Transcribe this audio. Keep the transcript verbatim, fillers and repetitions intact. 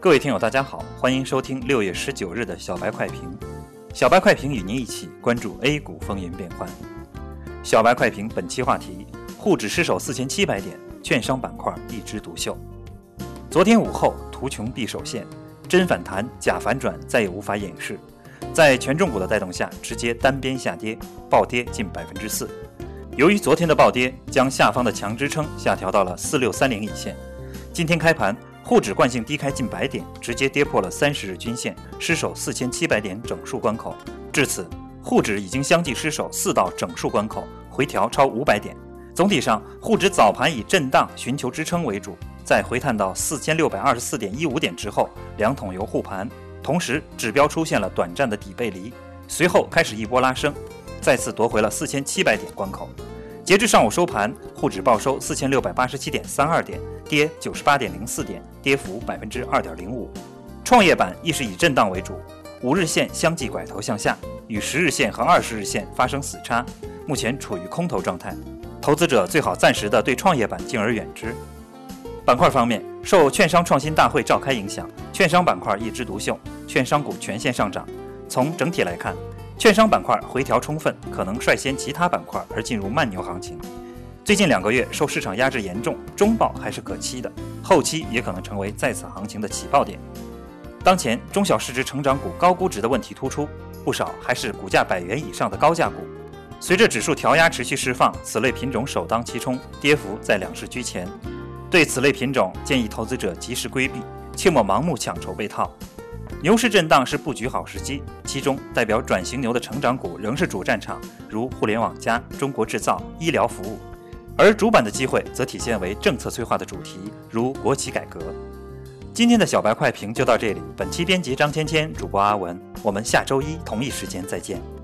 各位听友大家好，欢迎收听六月十九日的小白快评。小白快评与您一起关注 A 股风云变幻。小白快评本期话题：沪指失守四千七百点，券商板块一枝独秀。昨天午后图穷匕首现，真反弹假反转再也无法掩饰，在权重股的带动下直接单边下跌，暴跌近 百分之四。 由于昨天的暴跌将下方的强支撑下调到了四六三零一线，今天开盘沪指惯性低开近百点，直接跌破了三十日均线，失守四千七百点整数关口。至此，沪指已经相继失守四道整数关口，回调超五百点。总体上，沪指早盘以震荡寻求支撑为主，在回探到四千六百二十四点一五点之后，两桶油护盘，同时指标出现了短暂的底背离，随后开始一波拉升，再次夺回了四千七百点关口。截至上午收盘，沪指报收四千六百八十七点三二点，跌九十八点零四点，跌幅 百分之二点零五。创业板亦是以震荡为主，五日线相继拐头向下，与十日线和二十日线发生死叉，目前处于空头状态。投资者最好暂时的对创业板敬而远之。板块方面，受券商创新大会召开影响，券商板块一枝独秀，券商股全线上涨。从整体来看，券商板块回调充分，可能率先其他板块而进入慢牛行情。最近两个月受市场压制严重，中报还是可期的，后期也可能成为再次行情的起爆点。当前中小市值成长股高估值的问题突出，不少还是股价百元以上的高价股。随着指数调压持续释放，此类品种首当其冲，跌幅在两市居前。对此类品种，建议投资者及时规避，切莫盲目抢筹被套。牛市震荡是布局好时机，其中代表转型牛的成长股仍是主战场，如互联网加、中国制造、医疗服务；而主板的机会则体现为政策催化的主题，如国企改革。今天的小白快评就到这里，本期编辑张芊芊，主播阿文，我们下周一同一时间再见。